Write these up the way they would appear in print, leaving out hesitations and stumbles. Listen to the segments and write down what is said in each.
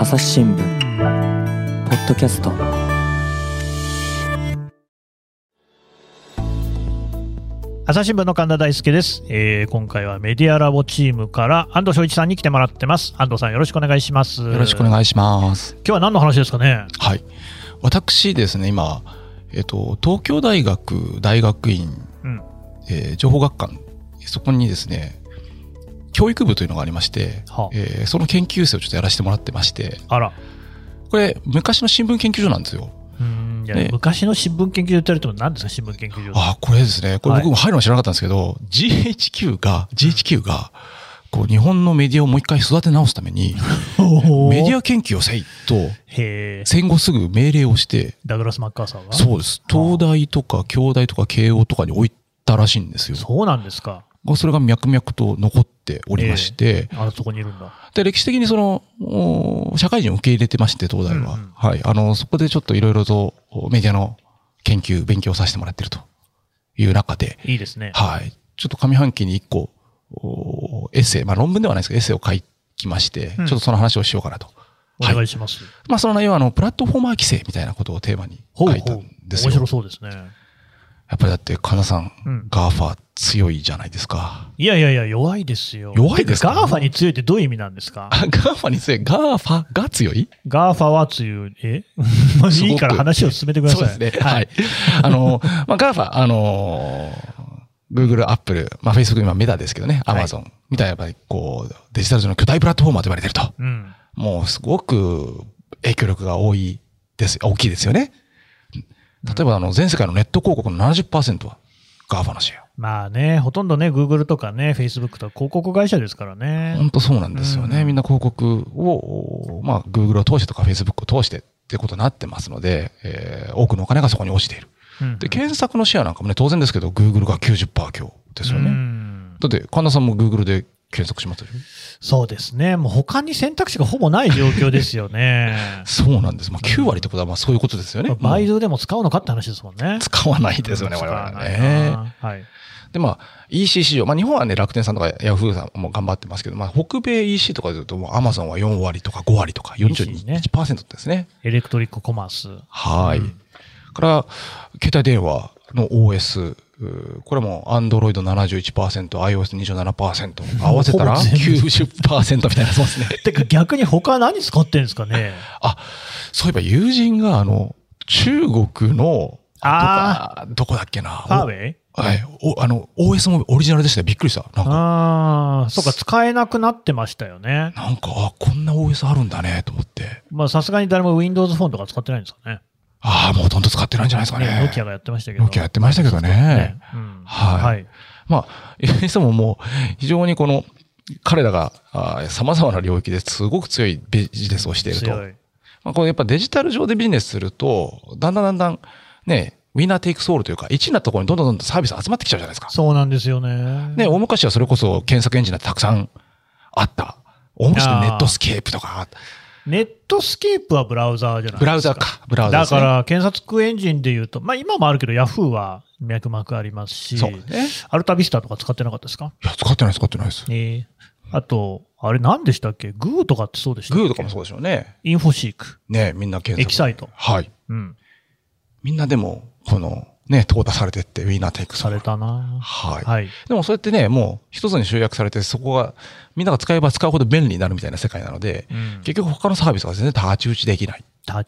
朝日新聞ポッドキャスト。 朝日新聞の神田大輔です。今回はメディアラボチームから安藤翔一さんに来てもらってます。安藤さん、よろしくお願いします。 よろしくお願いします。 今日は何の話ですかね。 はい、私ですね、今、東京大学大学院、情報学館、そこにですね教育部というのがありまして、その研究生をちょっとやらせてもらってまして。 あら、これ昔の新聞研究所なんですよ。 昔の新聞研究所って言われても何ですか、新聞研究所。 これですね、これ僕も入るの知らなかったんですけど、GHQ がこう日本のメディアをもう一回育て直すためにメディア研究をせいと戦後すぐ命令をして、 ダグラス・マッカーサーが。 そうです、東大とか京大とか慶応とかに置いたらしいんですよ。 そうなんですか。 それが脈々と残っておりまして、 そこにいるんだ。 で、歴史的にその社会人を受け入れてまして、東大は、はい、そこでちょっといろいろとメディアの研究勉強させてもらってるという中で、 いいですね。はい、 ちょっと上半期に1個エッセイ、論文ではないですけどエッセイを書きまして、ちょっとその話をしようかなと。 お願いします。 その内容はプラットフォーマー規制みたいなことをテーマに書いたんですよ。 面白そうですね。 やっぱりだって神田さん、GAFA 強いじゃないですか。 いや弱いですよ。 弱いですか。 GAFA に強いってどういう意味なんですか。 GAFA に強い、GAFA が強い。 GAFA は強い。いいから話を進めてください。 そうですね。はい。GAFA、Google、Apple、Facebook、今メタですけどね、Amazon みたいなやっぱりこうデジタル上の巨大プラットフォーマーと言われてると。もうすごく影響力が大きいですよね。例えば全世界のネット広告の 70% は GAFA のシェア。 ほとんどね、Google とかね、Facebook とか広告会社ですからね。 本当そうなんですよね。みんな広告を、Google を通してとか Facebook を通してってことになってますので、多くのお金がそこに落ちている。で、検索のシェアなんかもね、当然ですけど、Google が 90% 強ですよね。だって、神田さんも Google で検索しますでしょ。 そうですね。もう他に選択肢がほぼない状況ですよね。 そうなんです。9割ってことはそういうことですよね。 バイドゥでも使うのかって話ですもんね。 使わないですよね、我々はね。 はい。 で、EC 市場、日本はね、楽天さんとかヤフーさんも頑張ってますけど、北米 EC とかで言うと、Amazon は4割とか5割とか 41% ですね。 エレクトリックコマース。 はい。から、携帯電話の OS、これも Android71%、iOS27%、合わせたら 90% みたいなそうですね。 てか逆に他何使ってるんですかね。 そういえば友人が中国のどこだっけな。 ファーウェイ？ はい。OS もオリジナルでしたね。びっくりした。 そうか、使えなくなってましたよね。 こんな OS あるんだね、と思って。 さすがに誰も Windows フォンとか使ってないんですかね。 もうほとんど使ってないんじゃないですかね。 ノキアがやってましたけど。 ノキアやってましたけどね。はい。いつももう、非常に彼らが様々な領域ですごく強いビジネスをしていると。これやっぱデジタル上でビジネスすると、だんだんね、ウィナーテイクソールというか、1になったところにどんどんサービス集まってきちゃうじゃないですか。 そうなんですよね。 大昔はそれこそ検索エンジンがたくさんあった。大昔のネットスケープとか。 ネットスケープはブラウザーじゃないですか。 ブラウザーか。ブラウザーですね。 だから検索エンジンで言うと、今もあるけど、ヤフーは脈々ありますし、アルタビスタとか使ってなかったですか？ いや、使ってないです。 あと、あれ何でしたっけ？グーとかってそうでしたっけ？ グーとかもそうでしょうね。 インフォシーク。 ね、みんな検索。 エキサイト。 はい。みんなでも、淘汰されてって、ウィーナーテイクされたな。 はい。でもそうやってね、もう一つに集約されて、そこが、みんなが使えば使うほど便利になるみたいな世界なので、結局他のサービスが全然太刀打ちできない。 はい。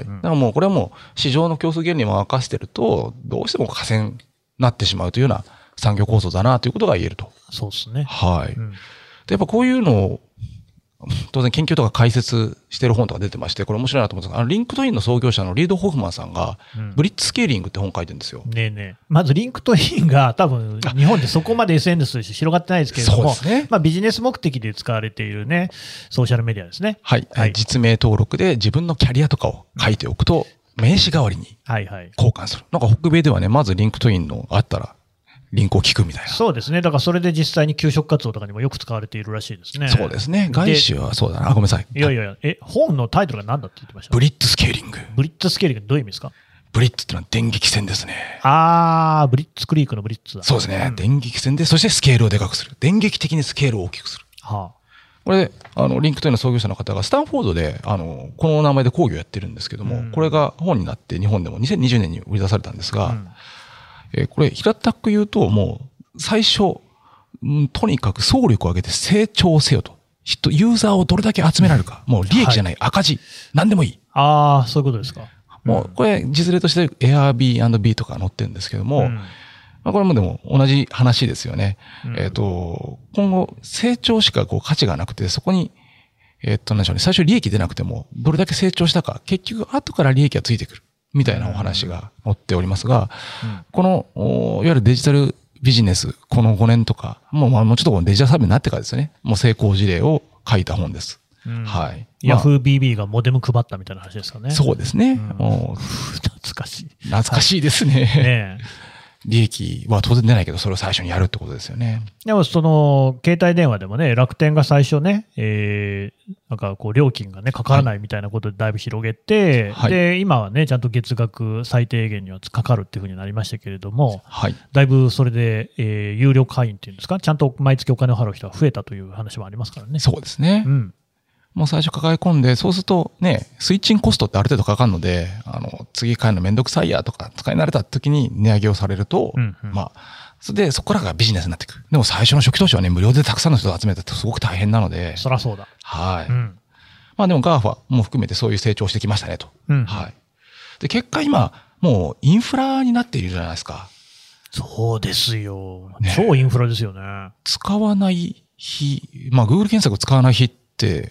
だからもうこれはもう市場の競争原理も任せてると、どうしても寡占になってしまうというような産業構造だなということが言えると。 そうですね。 はい。で、やっぱこういうのを、当然研究とか解説してる本とか出てまして、これ面白いなと思うんですが、リンクトインの創業者のリード・ホフマンさんが、ブリッツスケーリングって本書いてるんですよ。 まずリンクトインが多分日本でそこまで SNS として広がってないですけれども、ビジネス目的で使われているね、ソーシャルメディアですね。 はい。実名登録で自分のキャリアとかを書いておくと、名刺代わりに交換する。北米ではね、まずリンクトインのあったら、リンクを聞くみたいな。 そうですね。だからそれで実際に求職活動とかにもよく使われているらしいですね。 そうですね。外資はそうだな。ごめんなさい。 本のタイトルが何だって言ってました？ ブリッツスケーリング。 ブリッツスケーリングどういう意味ですか？ ブリッツってのは電撃戦ですね。 ブリッツクリークのブリッツだ。 そうですね。電撃戦で、そしてスケールをでかくする。電撃的にスケールを大きくする。 これ、リンクトインの創業者の方がスタンフォードで、この名前で講義をやってるんですけども、これが本になって日本でも2020年に売り出されたんですが、これ、平たく言うと、もう、最初、とにかく総力を上げて成長せよと。ユーザーをどれだけ集められるか。もう利益じゃない、赤字。何でもいい。 ああ、そういうことですか。 もう、これ、実例として Airbnb とか載ってるんですけども、これもでも同じ話ですよね。今後、成長しか価値がなくて、そこに、なんでしょうね、最初利益出なくても、どれだけ成長したか、結局後から利益がついてくる。みたいなお話が載っておりますが、この、いわゆるデジタルビジネス、この5年とか、もうちょっとデジタルサービスになってからですよね。もう成功事例を書いた本です。はい。 ヤフー BB がモデム配ったみたいな話ですかね。 そうですね。 懐かしい。 懐かしいですね。利益は当然出ないけど、それを最初にやるってことですよね。 でも、携帯電話でもね、楽天が最初ね、なんか料金がね、かからないみたいなことでだいぶ広げて、で、今はね、ちゃんと月額最低限にはかかるっていうふうになりましたけれども、だいぶそれで、有料会員っていうんですか、ちゃんと毎月お金を払う人が増えたという話もありますからね。 そうですね。もう最初抱え込んで、そうするとね、スイッチングコストってある程度かかるので、次買えるのめんどくさいやとか、使い慣れた時に値上げをされると、それでそこからがビジネスになっていく。でも最初の初期投資はね、無料でたくさんの人を集めてすごく大変なので。 そらそうだ。 はい。でも GAFA も含めてそういう成長してきましたねと。はい。で、結果今、もうインフラになっているじゃないですか。 そうですよ。超インフラですよね。 使わない日、Google 検索使わない日って、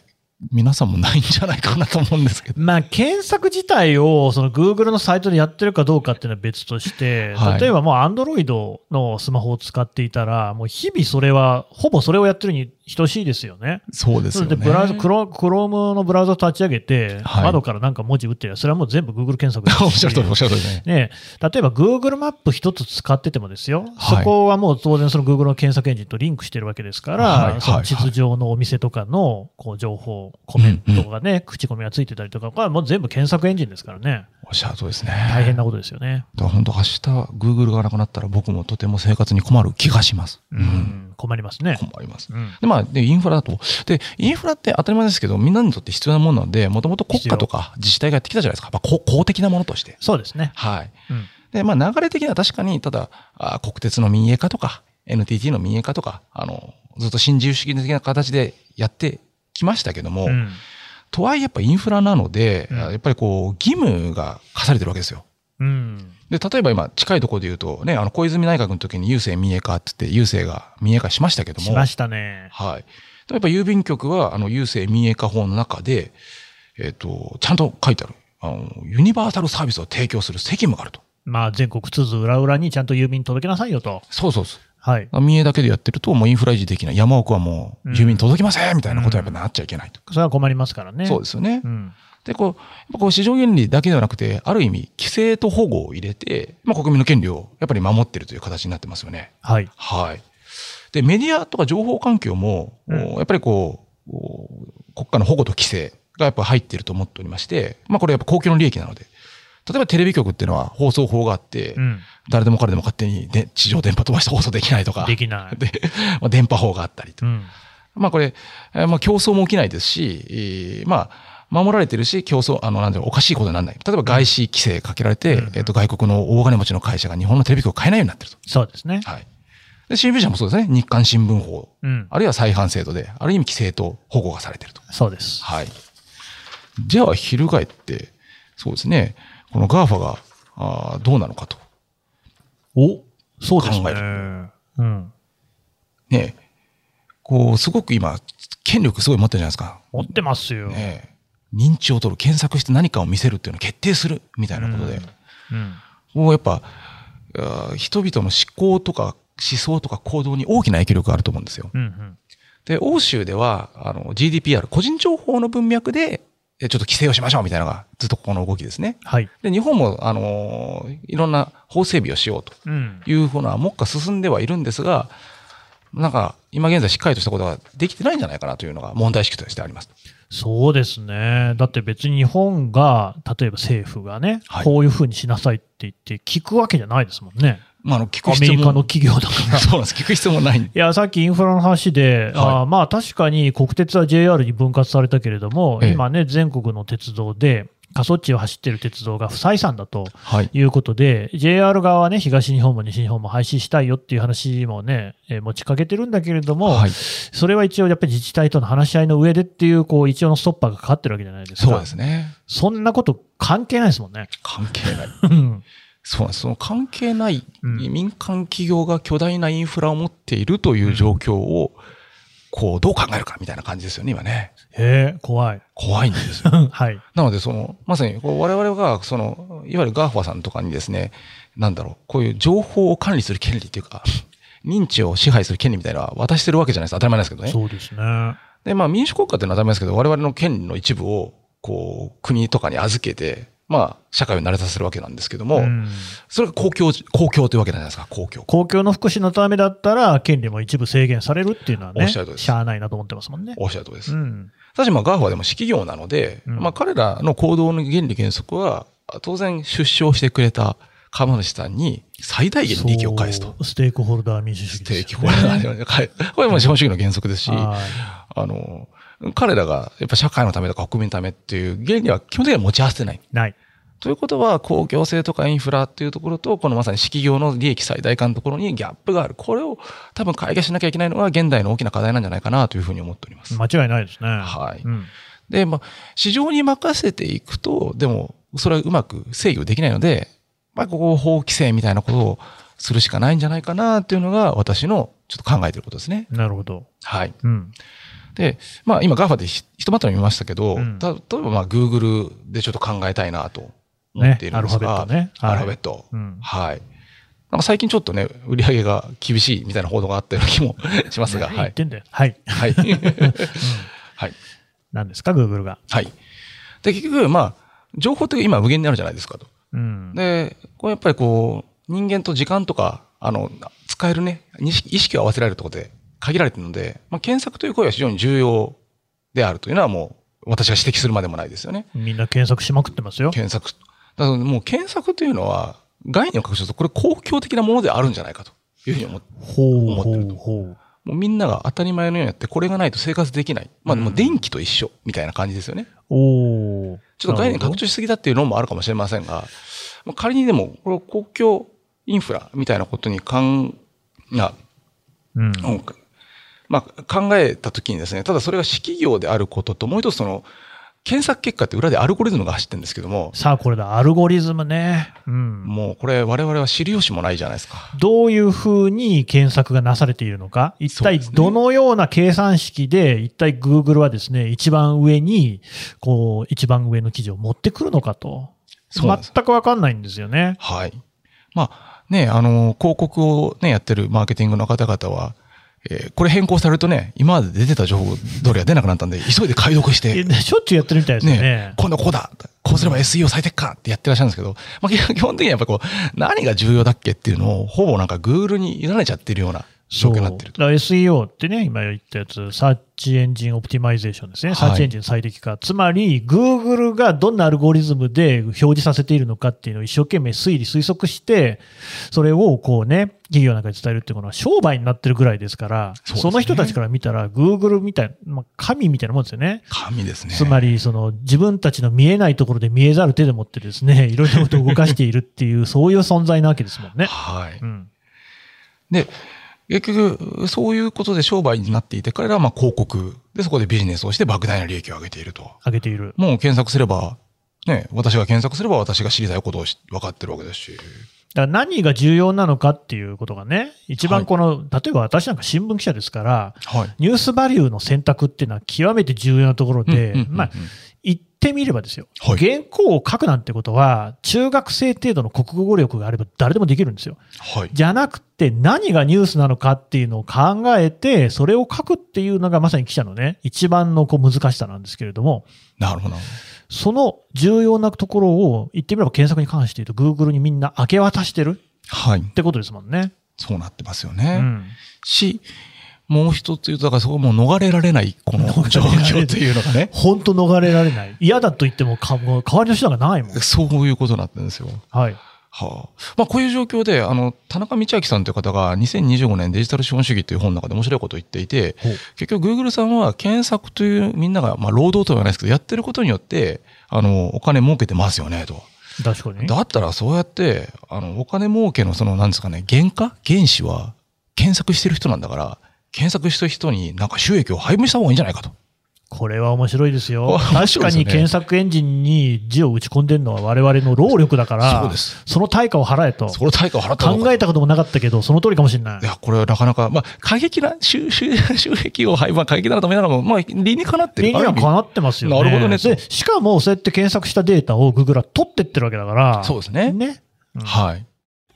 皆さんもないんじゃないかなと思うんですけど。 検索自体をGoogle のサイトでやってるかどうかっていうのは別として、例えばもう Android のスマホを使っていたら、もう日々それは、ほぼそれをやってるに等しいですよね。 そうですよね。 で、Chrome のブラウザを立ち上げて、窓からなんか文字打ってりゃ、それはもう全部 Google 検索です。 おっしゃる通り、おっしゃる通りね。例えば Google マップ一つ使っててもですよ、そこはもう当然その Google の検索エンジンとリンクしてるわけですから、その地図上のお店とかの情報、コメントがね、口コミがついてたりとか、これはもう全部検索エンジンですからね。 おっしゃる通りですね。 大変なことですよね。 だから本当明日 Google がなくなったら僕もとても生活に困る気がします。 困りますね。 困ります。で、インフラだと。で、インフラって当たり前ですけど、みんなにとって必要なものなので、もともと国家とか自治体がやってきたじゃないですか。公的なものとして。 そうですね。 はい。で、流れ的には確かに、ただ、国鉄の民営化とか、NTT の民営化とか、ずっと新自由主義的な形でやってきましたけども、とはいえやっぱインフラなので、やっぱり義務が課されてるわけですよ。で、例えば今、近いところで言うと、ね、小泉内閣の時に郵政民営化って言って、郵政が民営化しましたけども。 しましたね。 はい。やっぱ郵便局は、郵政民営化法の中で、ちゃんと書いてある。ユニバーサルサービスを提供する責務があると。 全国津々浦々にちゃんと郵便届けなさいよと。 そうそうそう。 はい。 民営だけでやってると、もうインフラ維持できない。山奥はもう、郵便届きませんみたいなことはやっぱなっちゃいけないと。 それは困りますからね。 そうですよね。で、市場原理だけではなくて、ある意味、規制と保護を入れて、国民の権利をやっぱり守っているという形になってますよね。 はい。 はい。で、メディアとか情報環境も、やっぱり国家の保護と規制がやっぱ入っていると思っておりまして、これやっぱ公共の利益なので、例えばテレビ局っていうのは放送法があって、誰でも彼でも勝手に地上電波飛ばして放送できないとか。 できない。 で、電波法があったりと。これ、競争も起きないですし、守られてるし、競争、おかしいことにならない。例えば外資規制かけられて、外国の大金持ちの会社が日本のテレビ局を買えないようになってると。 そうですね。 はい。で、新聞社もそうですね。日刊新聞法。あるいは再販制度で、ある意味規制と保護がされてると。 そうです。 はい。じゃあ、翻って、そうですね。この GAFA が、どうなのかと。 そうですね。 考える。ねすごく今、権力すごい持ってるじゃないですか。 持ってますよ。 認知を取る、検索して何かを見せるっていうのを決定するみたいなことで。もうやっぱ、人々の思考とか思想とか行動に大きな影響力があると思うんですよ。で、欧州では、GDPR、個人情報の文脈で、ちょっと規制をしましょうみたいなのがずっとこの動きですね。 はい。 で、日本も、いろんな法整備をしようというふうな目下進んではいるんですが、なんか、今現在しっかりとしたことができてないんじゃないかなというのが問題意識としてあります。 そうですね。だって別に日本が、例えば政府がね、こういうふうにしなさいって言って聞くわけじゃないですもんね。 聞くアメリカの企業だからそうなんです。聞く必要もない。 いや、さっきインフラの話で、まあ確かに国鉄は JR に分割されたけれども、今ね、全国の鉄道で、過疎地を走っている鉄道が不採算だということで、JR 側はね、東日本も西日本も廃止したいよっていう話もね、持ちかけてるんだけれども、それは一応やっぱり自治体との話し合いの上でっていう、一応のストッパーがかかってるわけじゃないですか。 そうですね。 そんなこと関係ないですもんね。 関係ない。そうなんです。その関係ない民間企業が巨大なインフラを持っているという状況を、どう考えるかみたいな感じですよね、今ね。 怖い。 怖いんですよ。 はい。 なので、まさに、我々が、いわゆる GAFA さんとかにですね、こういう情報を管理する権利っていうか、認知を支配する権利みたいなのは渡してるわけじゃないですか。当たり前なんですけどね。 そうですね。 で、民主国家っていうのは当たり前ですけど、我々の権利の一部を、国とかに預けて、社会を成り立たせるわけなんですけども、それが公共というわけじゃないですか、公共の福祉のためだったら、権利も一部制限されるっていうのはね、 おっしゃるとおりです。 しゃあないなと思ってますもんね。 おっしゃるとおりです。ただし、GAFA でも私企業なので、彼らの行動の原理原則は、当然出資をしてくれた株主さんに最大限利益を返すと。 ステークホルダー民主主義ですよね。 ステークホルダー。これも資本主義の原則ですし、彼らがやっぱ社会のためとか国民のためっていう原理は基本的には持ち合わせてない。 ない。 ということは、公共性とかインフラっていうところと、このまさに私企業の利益最大化のところにギャップがある。これを多分解決しなきゃいけないのが現代の大きな課題なんじゃないかなというふうに思っております。 間違いないですね。 はい。で、市場に任せていくと、でも、それはうまく制御できないので、ここを法規制みたいなことをするしかないんじゃないかなっていうのが私のちょっと考えていることですね。 なるほど。 はい。で、今 GAFA でひとまとめ見ましたけど、例えばGoogle でちょっと考えたいなと思っているんですが、 アルファベットね。 アルファベット。はい。最近ちょっとね、売り上げが厳しいみたいな報道があったような気もしますが、 言ってんだよ。はい。 はい。はい。 何ですか、Google が。 はい。で、結局、情報って今無限にあるじゃないですかと。で、やっぱり人間と時間とか、使えるね、意識を合わせられるところで限られているので、検索という行為は非常に重要であるというのはもう、私が指摘するまでもないですよね。 みんな検索しまくってますよ。 だからもう検索というのは、概念を隠すと、これ公共的なものであるんじゃないかというふうに思ってると。もうみんなが当たり前のようにやって、これがないと生活できない。でも電気と一緒みたいな感じですよね。ちょっと概念拡張しすぎだっていうのもあるかもしれませんが、仮にでも、これ公共インフラみたいなことに考えたときにですね、ただそれが私企業であることと、もう一つ検索結果って裏でアルゴリズムが走ってるんですけども。 さあ、これだ、アルゴリズムね。 もうこれ我々は知る由もないじゃないですか。 どういうふうに検索がなされているのか、一体どのような計算式で、一体 Google はですね、一番上に、一番上の記事を持ってくるのかと。全くわかんないんですよね。 はい。広告をね、やってるマーケティングの方々は、これ変更されるとね、今まで出てた情報通りは出なくなったんで、急いで解読して。 しょっちゅうやってるみたいですね。 今度こうだ、こうすれば SEO 最適化ってやってらっしゃるんですけど、基本的にはやっぱ何が重要だっけっていうのを、ほぼGoogle に委ねちゃってるような状況になってると。 SEO ってね、今言ったやつ、サーチエンジンオプティマイゼーションですね。サーチエンジン最適化。つまり、Google がどんなアルゴリズムで表示させているのかっていうのを一生懸命推測して、それを企業なんかに伝えるっていうのは商売になってるぐらいですから、その人たちから見たら、Google みたいな、神みたいなもんですよね。 神ですね。 つまり、自分たちの見えないところで見えざる手でもってですね、いろいろなことを動かしているっていう、そういう存在なわけですもんね。 はい。で、結局、そういうことで商売になっていて、彼らは広告でそこでビジネスをして莫大な利益を上げていると。 上げている。 もう検索すれば、ね、私が検索すれば私が知りたいことを分かってるわけですし。 だから何が重要なのかっていうことがね、一番例えば私なんか新聞記者ですから、ニュースバリューの選択っていうのは極めて重要なところで、言ってみればですよ、原稿を書くなんてことは、中学生程度の国語力があれば誰でもできるんですよ。じゃなくて、何がニュースなのかっていうのを考えて、それを書くっていうのがまさに記者のね、一番の難しさなんですけれども。 なるほど。 その重要なところを言ってみれば検索に関して言うと Google にみんな明け渡してるってことですもんね。 そうなってますよね。もう一つ言うと、だからそこもう逃れられない、この状況というのがね。 本当逃れられない。嫌だと言っても代わりの手段がないもん。 そういうことになってるんですよ。 はい。 はあ、まあこういう状況で、田中道明さんという方が2025年デジタル資本主義という本の中で面白いことを言っていて、結局 Google さんは検索というみんなが、まあ労働とは言わないですけど、やってることによって、お金儲けてますよね、と。 確かに。 だったらそうやって、お金儲けのなんですかね、原資は検索してる人なんだから、検索してる人になんか収益を配分した方がいいんじゃないかと。 これは面白いですよ。確かに検索エンジンに字を打ち込んでるのは我々の労力だから、 そうです。 その対価を払えと。 その対価を払った考えたこともなかったけど、その通りかもしれない。 いや、これはなかなか、まあ、過激な収益を配分、過激なと思いながらも、まあ、理にかなってる。 理にはかなってますよね。 なるほどね。 で、しかも、そうやって検索したデータを Google は取ってってるわけだから。 そうですね。 ね。 うん、はい。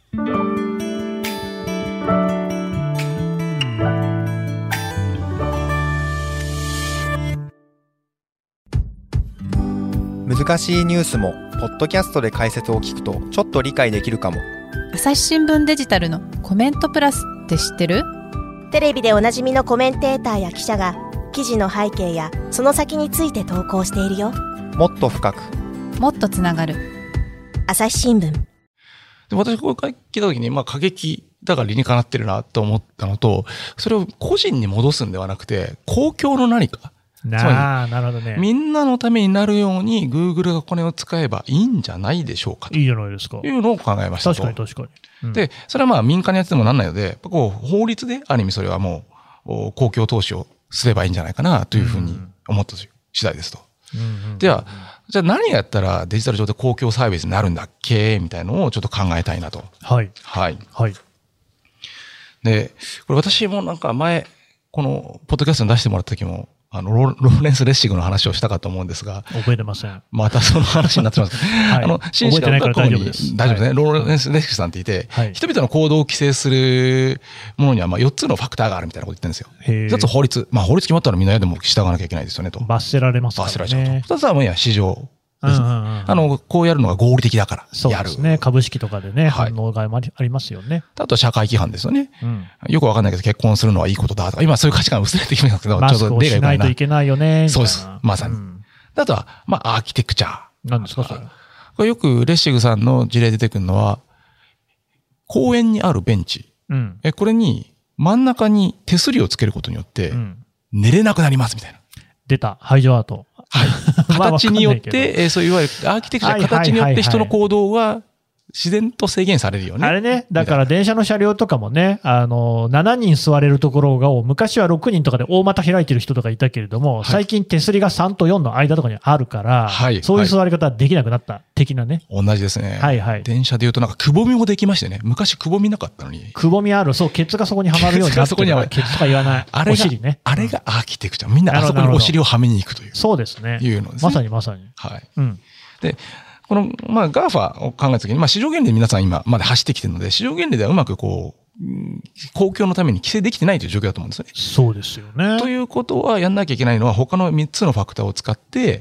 難しいニュースもポッドキャストで解説を聞くとちょっと理解できるかも。 朝日新聞デジタルのコメントプラスって知ってる？ テレビでおなじみのコメンテーターや記者が記事の背景やその先について投稿しているよ。 もっと深く、 もっとつながる。 朝日新聞。 で、私これ聞いたときに、まあ過激だから理にかなってるなと思ったのと、それを個人に戻すんではなくて、公共の何か。 なるほどね。 みんなのためになるように Google がこれを使えばいいんじゃないでしょうかと。 いいじゃないですか。 いうのを考えましたと。 確かに確かに。 うん、で、それはまあ民間にやっててもなんないので、こう法律である意味それはもう公共投資をすればいいんじゃないかなというふうに思った次第ですと。では、じゃあ何がやったらデジタル上で公共サービスになるんだっけみたいなのをちょっと考えたいなと。 はい。 はい。 はい。 で、これ私もなんか前、このポッドキャストに出してもらった時も、ローレンス・レッシグの話をしたかと思うんですが。 覚えてません。 またその話になってます。 はい、 紳士学校に大丈夫ですね。ローレンス・レッシグさんっていて、 はい、 人々の行動を規制するものにはまあ4つのファクターがあるみたいなこと言ってるんですよ。1つ法律。まあ法律決まったらみんなでも従わなきゃいけないですよねと。 罰せられますからね。 罰せられちゃうと。2つはもう市場。こうやるのが合理的だからそうですね。株式とかでね、反応がありますよね。 あとは社会規範ですよね。よくわかんないけど結婚するのはいいことだとか、今そういう価値観薄れてきますけど、 ちょっと例がないといけないよね。 そうです。まさに。あとは、まあ、アーキテクチャー。 何ですか、それ。 これよくレッシグさんの事例出てくるのは、公園にあるベンチ。これに真ん中に手すりをつけることによって、寝れなくなりますみたいな。 出た。排除アート。 はい。形によって、そういわゆるアーキテクチャ、形によって人の行動が自然と制限されるよね。 あれね、だから電車の車両とかもね、7人座れるところが、昔は6人とかで大股開いてる人とかいたけれども、最近手すりが3と4の間とかにあるから、そういう座り方はできなくなった的なね。 同じですね。 はいはい。 電車で言うとなんかくぼみもできましてね、昔くぼみなかったのに。 くぼみある、そう、ケツがそこにはまるようになってる。ケツとか言わない。お尻ね。 あれがアーキテクチャ。みんなあそこにお尻をはめに行くという。 そうですね。 いうのですね。 まさにまさに。 はい。で、この、まあ、GAFA を考えたときに、まあ、市場原理で皆さん今まで走ってきてるので、市場原理ではうまくこう、公共のために規制できてないという状況だと思うんですよね。 そうですよね。 ということは、やんなきゃいけないのは、他の3つのファクターを使って、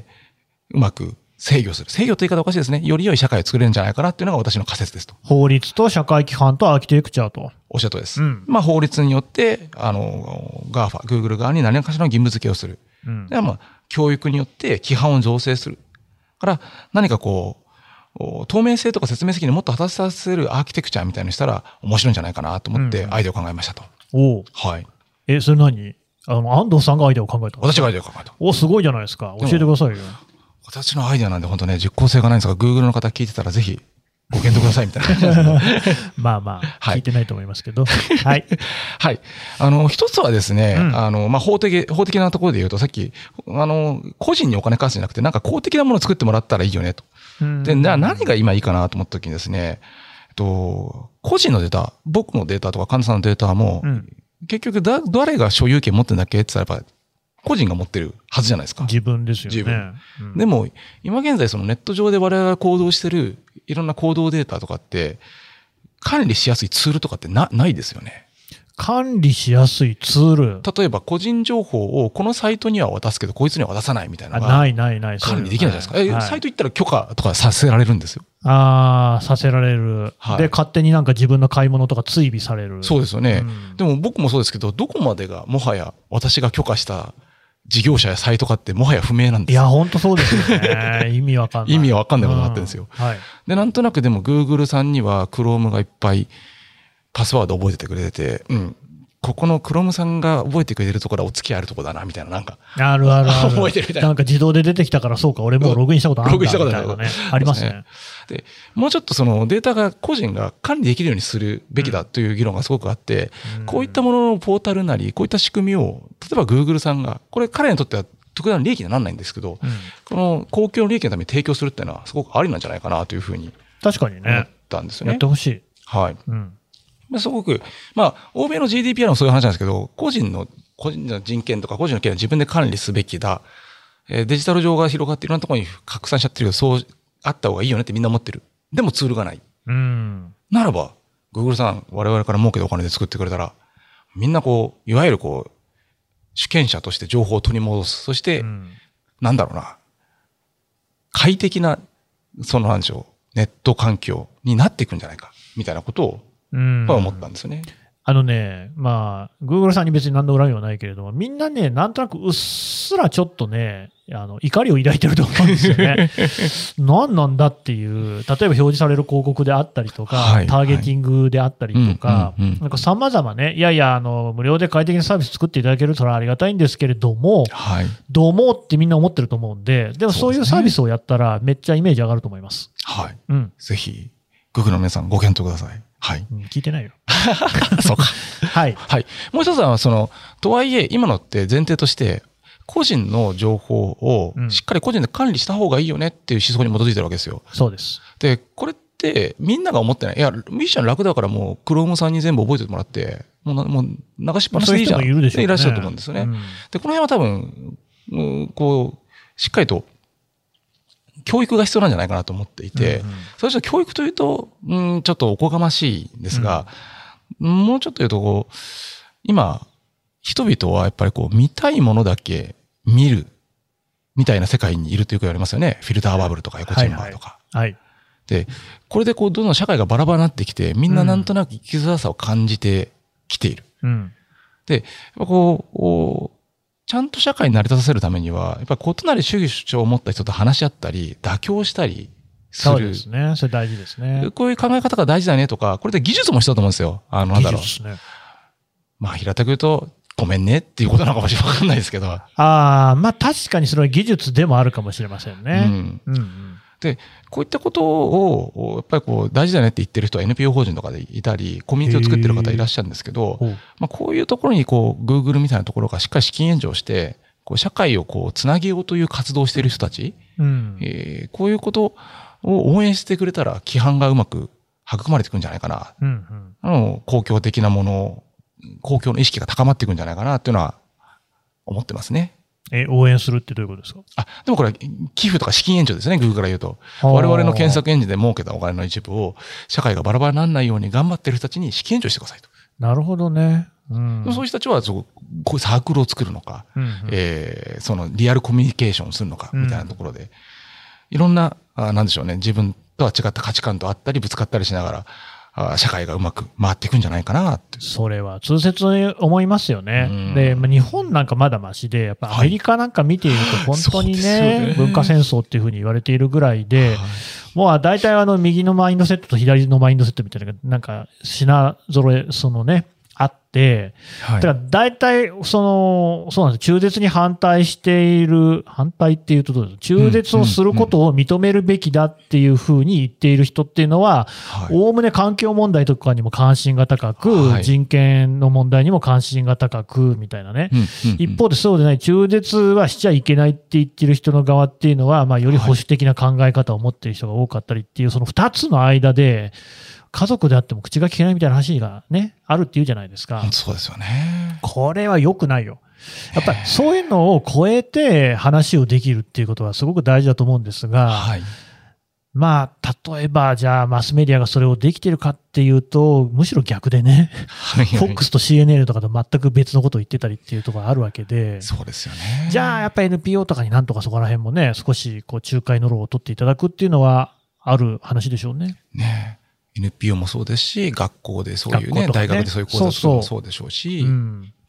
うまく制御する。制御という言い方おかしいですね。より良い社会を作れるんじゃないかなっていうのが私の仮説ですと。 法律と社会規範とアーキテクチャと。 おっしゃるとりです。まあ、法律によって、GAFA、Google 側に何かしらの義務付けをする。では、まあ、教育によって規範を醸成する。から何かこう、透明性とか説明責任をもっと果たさせるアーキテクチャーみたいにしたら面白いんじゃないかなと思ってアイデアを考えましたと。はい。 それ何？安藤さんがアイデアを考えた？ 私がアイデアを考えた。 すごいじゃないですか。教えてくださいよ。 私のアイデアなんで本当ね、実効性がないんですが、Google の方聞いてたらぜひご検討くださいみたいな。 まあまあ、聞いてないと思いますけど。はい。 はい。一つはですね、まあ、法的なところで言うと、さっき、個人にお金貸すんじゃなくて、なんか公的なものを作ってもらったらいいよねと。で、じゃあ何が今いいかなと思った時にですね、個人のデータ、僕のデータとか患者さんのデータも、結局誰が所有権持ってんだっけって言ったらやっぱ個人が持ってるはずじゃないですか。 自分ですよね。 自分。でも、今現在そのネット上で我々が行動してるいろんな行動データとかって、管理しやすいツールとかってないですよね。 管理しやすいツール。 例えば個人情報をこのサイトには渡すけどこいつには渡さないみたいなのがない管理できないじゃないですか。サイト行ったら許可とかさせられるんですよ。 させられる。で、勝手になんか自分の買い物とか追尾される。 そうですよね。でも僕もそうですけど、どこまでがもはや私が許可した事業者やサイトかってもはや不明なんですよ。いや、本当そうですよね。意味わかんない。 意味わかんないことになってるんですよ。 はい。 で、なんとなくでも Google さんには Chrome がいっぱいパスワード覚えててくれてて、ここの Chrome さんが覚えてくれるところはお付き合いあるところだな、みたいな、なんか。 あるあるある。 覚えてるみたいな。 なんか自動で出てきたから、そうか、俺もうログインしたことあるんだみたいなね。ありますね。 で、もうちょっとそのデータが個人が管理できるようにするべきだという議論がすごくあって、こういったもののポータルなり、こういった仕組みを、例えば Google さんが、これ彼にとっては特段の利益にはならないんですけど、この公共の利益のために提供するっていうのはすごくありなんじゃないかなというふうに。 確かにね。 思ったんですよね。 やってほしい。 はい。すごく、まあ、欧米の GDPR もそういう話なんですけど、個人の人権とか個人の権利は自分で管理すべきだ。デジタル上が広がっていろんなところに拡散しちゃってるけど、そうあった方がいいよねってみんな思ってる。でもツールがない。ならば、Google さん、我々から儲けたお金で作ってくれたら、みんなこう、いわゆるこう、主権者として情報を取り戻す。そして、なんだろうな、快適な、そのなんでしょう、ネット環境になっていくんじゃないか、みたいなことを、思ったんですよね。 まあ、Google さんに別に何の恨みはないけれども、みんなね、なんとなくうっすらちょっとね、怒りを抱いてると思うんですよね。何なんだっていう、例えば表示される広告であったりとか、ターゲティングであったりとか、なんか様々ね、いやいや、無料で快適なサービス作っていただけるとはありがたいんですけれども、どうもってみんな思ってると思うんで、でもそういうサービスをやったら、めっちゃイメージ上がると思います。 はい。ぜひ、Google の皆さんご検討ください。はい。 聞いてないよ。 そうか。 はい。 はい。もう一つは、とはいえ、今のって前提として、個人の情報をしっかり個人で管理した方がいいよねっていう思想に基づいてるわけですよ。 そうです。 で、これってみんなが思ってない。いや、ミッション楽だからもう、Chrome さんに全部覚えてもらって、もう流しっぱなしでいいじゃん。 そういう人もいるでしょうね。 いらっしゃると思うんですよね。で、この辺は多分、こう、しっかりと、教育が必要なんじゃないかなと思っていて、それじゃ教育というと、ちょっとおこがましいんですが、もうちょっと言うとこう、今、人々はやっぱりこう、見たいものだけ見る、みたいな世界にいるとよく言われますよね。フィルターバブルとかエコチェンバーとか。で、これでこう、どんどん社会がバラバラになってきて、みんななんとなく生きづらさを感じてきている。で、こう、ちゃんと社会に成り立たせるためには、やっぱり異なる主義主張を持った人と話し合ったり、妥協したりする。 そうですね。それ大事ですね。 こういう考え方が大事だねとか、これで技術も必要だと思うんですよ。なんだろう。技術ね。まあ、平たく言うと、ごめんねっていうことなのかもしれわかんないですけど。 まあ確かにそれは技術でもあるかもしれませんね。 で、こういったことを、やっぱりこう、大事だねって言ってる人は NPO 法人とかでいたり、コミュニティを作ってる方いらっしゃるんですけど、まあこういうところにこう、Google みたいなところがしっかり資金援助をして、こう社会をこう、つなげようという活動をしている人たち、こういうことを応援してくれたら、規範がうまく育まれていくんじゃないかな。公共的なもの、公共の意識が高まっていくんじゃないかなっていうのは思ってますね。 応援するってどういうことですか？ でもこれ、寄付とか資金援助ですね、Google から言うと。我々の検索エンジンで儲けたお金の一部を、社会がバラバラにならないように頑張ってる人たちに資金援助してくださいと。 なるほどね。 そういう人たちは、こういうサークルを作るのか、そのリアルコミュニケーションをするのか、みたいなところで、いろんな、なんでしょうね、自分とは違った価値観とあったり、ぶつかったりしながら、社会がうまく回っていくんじゃないかなって。 それは痛切に思いますよね。で、日本なんかまだマシで、やっぱアメリカなんか見ていると本当にね、文化戦争っていうふうに言われているぐらいで、もう大体右のマインドセットと左のマインドセットみたいな、なんか品揃え、あって、だから大体、そうなんです。中絶に反対している、反対っていうとどうですか？中絶をすることを認めるべきだっていうふうに言っている人っていうのは、おおむね環境問題とかにも関心が高く、人権の問題にも関心が高く、みたいなね。一方でそうでない、中絶はしちゃいけないって言ってる人の側っていうのは、まあ、より保守的な考え方を持っている人が多かったりっていう、その二つの間で、家族であっても口が聞けないみたいな話がね、あるっていうじゃないですか。 そうですよね。 これは良くないよ。やっぱりそういうのを超えて話をできるっていうことはすごく大事だと思うんですが、まあ、例えばじゃあマスメディアがそれをできてるかっていうと、むしろ逆でね、FOX と CNN とかと全く別のことを言ってたりっていうところがあるわけで、 そうですよね。 じゃあやっぱり NPO とかになんとかそこら辺もね、少しこう仲介の労を取っていただくっていうのはある話でしょうね。 NPO もそうですし、学校でそういうね、大学でそういう講座もそうでしょうし、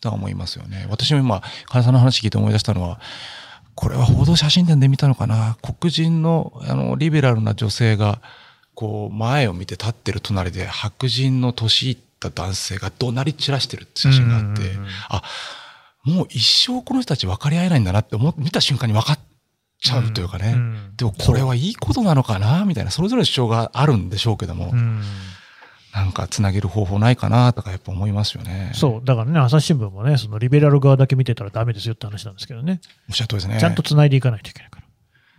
とは思いますよね。私も今、金さんの話聞いて思い出したのは、これは報道写真展で見たのかな。黒人の、リベラルな女性が、こう、前を見て立ってる隣で、白人の年いった男性が怒鳴り散らしてるって写真があって、もう一生この人たち分かり合えないんだなって見た瞬間に分かっちゃうというかね。でもこれはいいことなのかなみたいな、それぞれ主張があるんでしょうけども。なんかつなげる方法ないかなとかやっぱ思いますよね。 そう。だからね、朝日新聞もね、そのリベラル側だけ見てたらダメですよって話なんですけどね。 おっしゃる通りですね。 ちゃんとつないでいかないといけないから。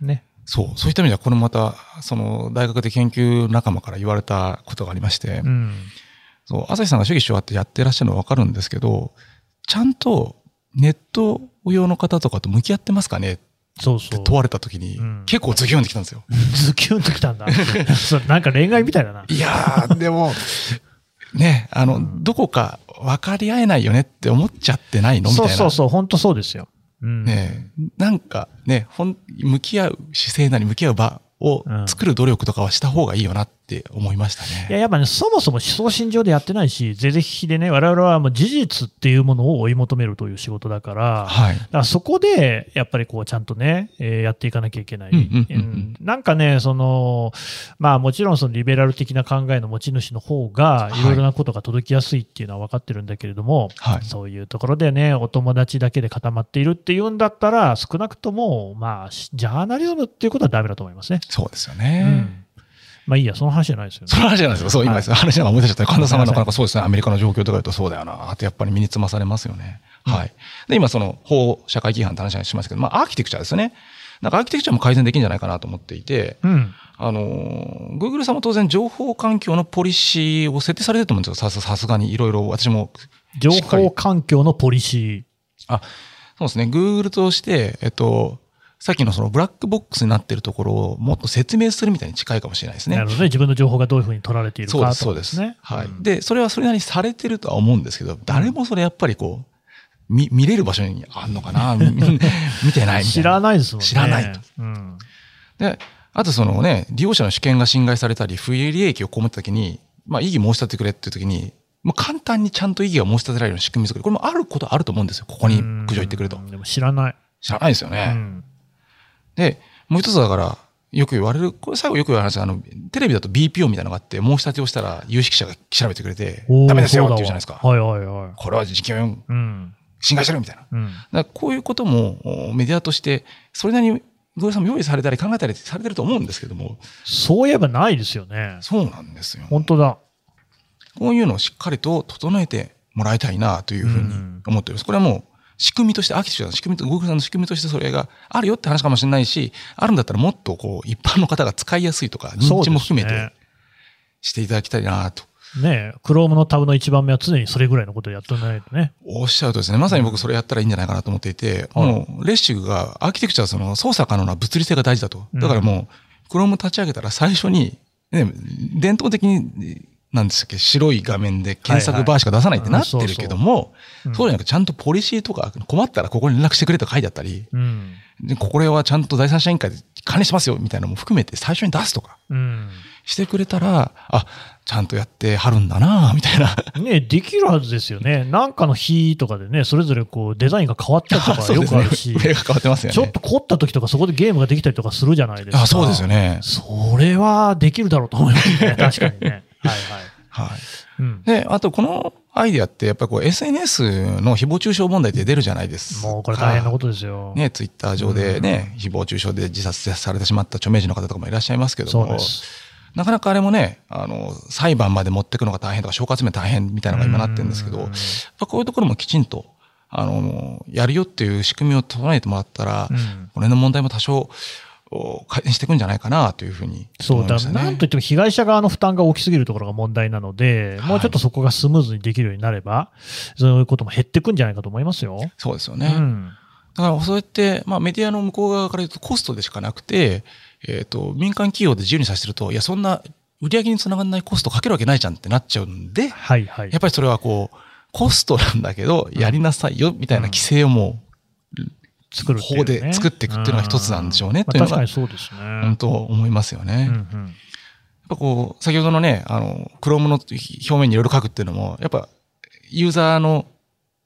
ね。 そう。そういった意味では、これまた、その、大学で研究仲間から言われたことがありまして、そう、朝日さんが主義主張あってやってらっしゃるのはわかるんですけど、ちゃんとネット用の方とかと向き合ってますかねって問われたときに、結構ズキュンってきたんですよ。 ズキュンってきたんだ。それなんか恋愛みたいだな。 いやー、でも、ね、どこか分かり合えないよねって思っちゃってないのみたいな。 そう、本当そうですよ。 ね、なんかね、向き合う姿勢なり向き合う場を作る努力とかはした方がいいよなって思いましたね。 いや、やっぱね、そもそも思想信条でやってないし、是々非々でね、我々はもう事実っていうものを追い求めるという仕事だから、だからそこで、やっぱりこう、ちゃんとね、やっていかなきゃいけない。なんかね、まあもちろんそのリベラル的な考えの持ち主の方が、いろいろなことが届きやすいっていうのは分かってるんだけれども、そういうところでね、お友達だけで固まっているっていうんだったら、少なくとも、まあ、ジャーナリズムっていうことはダメだと思いますね。 そうですよね。 まあいいや、その話じゃないですよね。 その話じゃないですよ。そう、今、話が思い出しちゃった。神田さんがなかなかそうですね、アメリカの状況とか言うとそうだよなってやっぱり身につまされますよね。はい。で、今その法社会規範って話しますけど、まあアーキテクチャですよね。なんかアーキテクチャも改善できるんじゃないかなと思っていて、Google さんも当然情報環境のポリシーを設定されてると思うんですよ。さすがにいろいろ私も。 情報環境のポリシー。そうですね。Google として、さっきのそのブラックボックスになっているところをもっと説明するみたいに近いかもしれないですね。 なるほどね。自分の情報がどういうふうに取られているかとかですね。 そうです。はい。で、それはそれなりにされてるとは思うんですけど、誰もそれやっぱりこう、見れる場所にあんのかな見てないみたいな。 知らないですもんね。 知らないと。で、あとそのね、利用者の主権が侵害されたり、不利益を被ったときに、まあ異議申し立ててくれっていうときに、もう簡単にちゃんと異議が申し立てられるような仕組み作り。これもあることあると思うんですよ。ここに苦情言ってくれと。 でも知らない。 知らないですよね。で、もう一つだから、よく言われる、これ最後よく言われる話、テレビだと BPO みたいなのがあって、申し立てをしたら有識者が調べてくれて、ダメですよって言うじゃないですか。これは事件を侵害してるみたいな。だからこういうこともメディアとして、それなりにGoogleさんも用意されたり考えたりされてると思うんですけども。 そういえばないですよね。 そうなんですよ。 本当だ。 こういうのをしっかりと整えてもらいたいなというふうに思っております。これはもう、仕組みとして、アーキテクチャの仕組みと、Google さんの仕組みとしてそれがあるよって話かもしれないし、あるんだったらもっとこう、一般の方が使いやすいとか、認知も含めてしていただきたいなと。 ねえ、Chrome のタブの一番目は常にそれぐらいのことをやってないとね。 おっしゃるとですね、まさに僕それやったらいいんじゃないかなと思っていて、もう、レッシグが、アーキテクチャはその操作可能な物理性が大事だと。だからもう、Chrome 立ち上げたら最初に、ね、伝統的に、なんですっけ、白い画面で検索バーしか出さないってなってるけども、そうじゃなくてちゃんとポリシーとか困ったらここに連絡してくれと書いてあったり、でこれはちゃんと第三者委員会で管理しますよみたいなのも含めて最初に出すとかしてくれたら、ちゃんとやってはるんだなみたいな。 ね、できるはずですよね。なんかの日とかでね、それぞれこうデザインが変わったりとかよくあるし、 上が変わってますよね。 ちょっと凝った時とかそこでゲームができたりとかするじゃないですか。 そうですよね。 それはできるだろうと思いますね。確かにね。 はい。で、あとこのアイディアってやっぱりこう SNS の誹謗中傷問題って出るじゃないですか。 もうこれ大変なことですよ。 ね、ツイッター上でね、誹謗中傷で自殺されてしまった著名人の方とかもいらっしゃいますけども、なかなかあれもね、裁判まで持っていくのが大変とか、証拠集め大変みたいなのが今なってるんですけど、やっぱこういうところもきちんと、やるよっていう仕組みを整えてもらったら、この辺の問題も多少、改善していくんじゃないかなというふうに思いましたね。 そうだ、なんといっても被害者側の負担が大きすぎるところが問題なので、もうちょっとそこがスムーズにできるようになれば、そういうことも減っていくんじゃないかと思いますよ。 そうですよね。だからそうやって、まあメディアの向こう側から言うとコストでしかなくて、民間企業で自由にさせてると、いや、そんな売り上げにつながらないコストかけるわけないじゃんってなっちゃうんで、やっぱりそれはこう、コストなんだけど、やりなさいよ、みたいな規制をもう、法で作っていくっていうのが一つなんでしょうね。というのが、本当思いますよね。やっぱこう、先ほどのね、Chrome の表面にいろいろ書くっていうのも、やっぱ、ユーザーの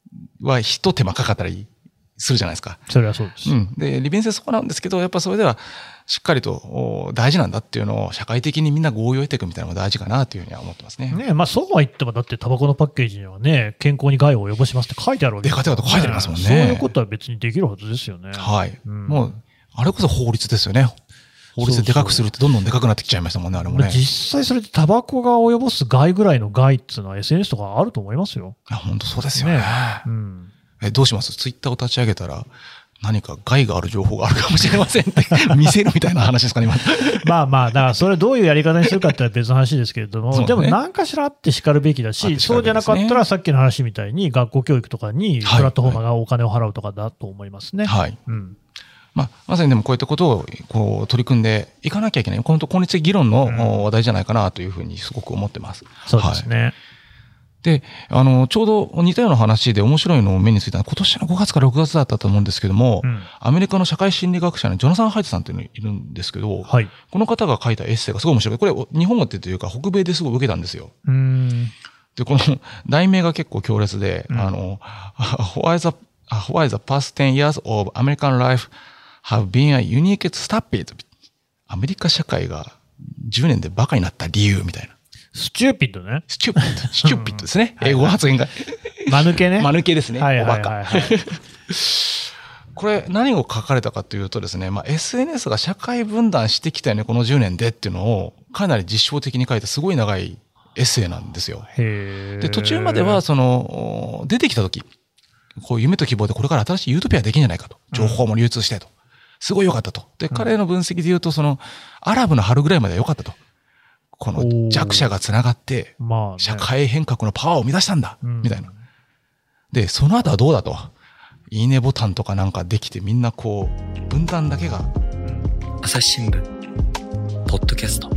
は一手間かかったりするじゃないですか。 それはそうです。 で、利便性そこなんですけど、やっぱそれではしっかりと大事なんだっていうのを社会的にみんな合意を得ていくみたいなのが大事かなというふうには思ってますね。 ね、まあそうは言ってもだってタバコのパッケージにはね、健康に害を及ぼしますって書いてあるわけですからね。 でかいこと書いてありますもんね。 そういうことは別にできるはずですよね。 はい。もう、あれこそ法律ですよね。法律ででかくするってどんどんでかくなってきちゃいましたもんね、あれもね。 実際それでタバコが及ぼす害ぐらいの害っていうのは SNS とかあると思いますよ。 いや、本当そうですよね。どうします？ツイッターを立ち上げたら、何か害がある情報があるかもしれませんって見せるみたいな話ですかね、今。 まあまあ、だからそれどういうやり方にするかってのは別の話ですけれども、でも何かしらあって叱るべきだし、そうじゃなかったらさっきの話みたいに学校教育とかにプラットフォーマーがお金を払うとかだと思いますね。 はい。まさにでもこういったことをこう取り組んでいかなきゃいけない。本当、今日的議論の話題じゃないかなというふうにすごく思ってます。 そうですね。 で、ちょうど似たような話で面白いのを目についたのは、今年の5月から6月だったと思うんですけども、アメリカの社会心理学者のジョナサン・ハイトさんというのがいるんですけど、この方が書いたエッセイがすごい面白い。これ、日本語ってというか、北米ですごい受けたんですよ。で、この題名が結構強烈で、Why the past 10 years of American life have been a unique stupid? アメリカ社会が10年でバカになった理由みたいな。 スチューピッドね。 スチューピッドですね。英語発言が。 間抜けね。 間抜けですね。 おバカ。これ何を書かれたかというとですね、SNS が社会分断してきたよね、この10年でっていうのをかなり実証的に書いたすごい長いエッセイなんですよ。で、途中までは出てきた時、こう夢と希望でこれから新しいユートピアできるんじゃないかと。情報も流通してと。すごい良かったと。で、彼の分析で言うと、アラブの春ぐらいまでは良かったと。この弱者がつながって、社会変革のパワーを生み出したんだ、みたいな。で、その後はどうだと。いいねボタンとかなんかできて、みんなこう、分断だけが。 朝日新聞、ポッドキャスト。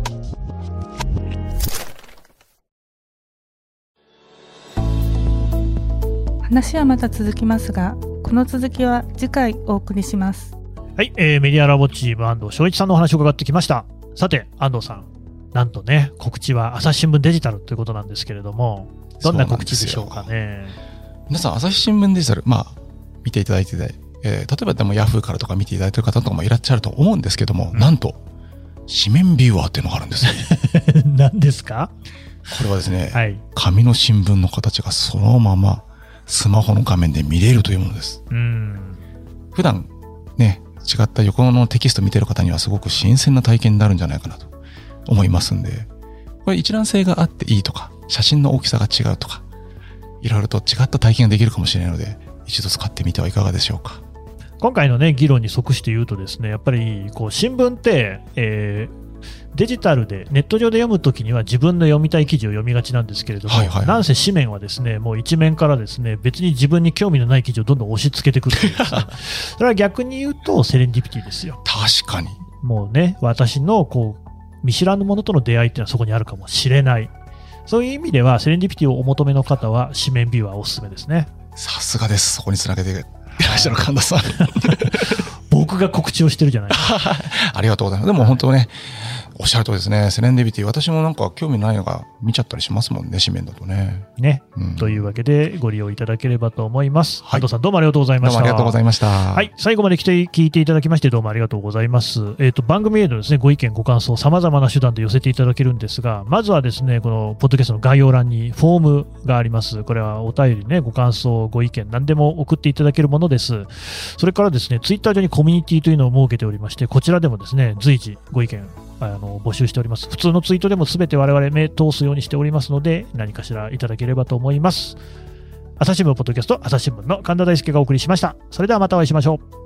話はまた続きますが、この続きは次回お送りします。 はい、メディアラボチーム安藤翔一さんのお話を伺ってきました。さて、安藤さん。なんとね、告知は朝日新聞デジタルということなんですけれども、どんな告知でしょうかね。 皆さん、朝日新聞デジタル、見ていただいてて、例えばでもヤフーからとか見ていただいている方とかもいらっしゃると思うんですけども、なんと、紙面ビューアーっていうのがあるんですよ。 何ですか？ これはですね、紙の新聞の形がそのままスマホの画面で見れるというものです。普段ね、違った横のテキスト見てる方にはすごく新鮮な体験になるんじゃないかなと思いますんで、これ一覧性があっていいとか、写真の大きさが違うとか、いろいろと違った体験ができるかもしれないので、一度使ってみてはいかがでしょうか。 今回のね、議論に即して言うとですね、やっぱりこう新聞って、デジタルでネット上で読むときには自分の読みたい記事を読みがちなんですけれども、なんせ紙面はですね、もう一面からですね、別に自分に興味のない記事をどんどん押し付けてくるというさそれは逆に言うとセレンディピティですよ。 確かに。 もうね、私のこう見知らぬものとの出会いっていうのはそこにあるかもしれない。そういう意味ではセレンディピティをお求めの方は紙面ビューはおすすめですね。 さすがです。そこにつなげていらっしゃる神田さん僕が告知をしてるじゃないですかありがとうございます。でも本当ね、おっしゃるとおりですね。セレンディピティ、私もなんか興味ないのが見ちゃったりしますもんね、紙面だとね。 というわけでご利用いただければと思います。安藤さん、どうもありがとうございました。 どうもありがとうございました。 はい、最後まで聞いていただきましてどうもありがとうございます。番組へのですね、ご意見ご感想、様々な手段で寄せていただけるんですが、まずはですね、このポッドキャストの概要欄にフォームがあります。これはお便りね、ご感想、ご意見、何でも送っていただけるものです。それからですね、ツイッター上にコミュニティというのを設けておりまして、こちらでもですね、随時ご意見募集しております。普通のツイートでも全て我々目通すようにしておりますので、何かしらいただければと思います。朝日新聞ポッドキャスト、朝日新聞の神田大輔がお送りしました。それではまたお会いしましょう。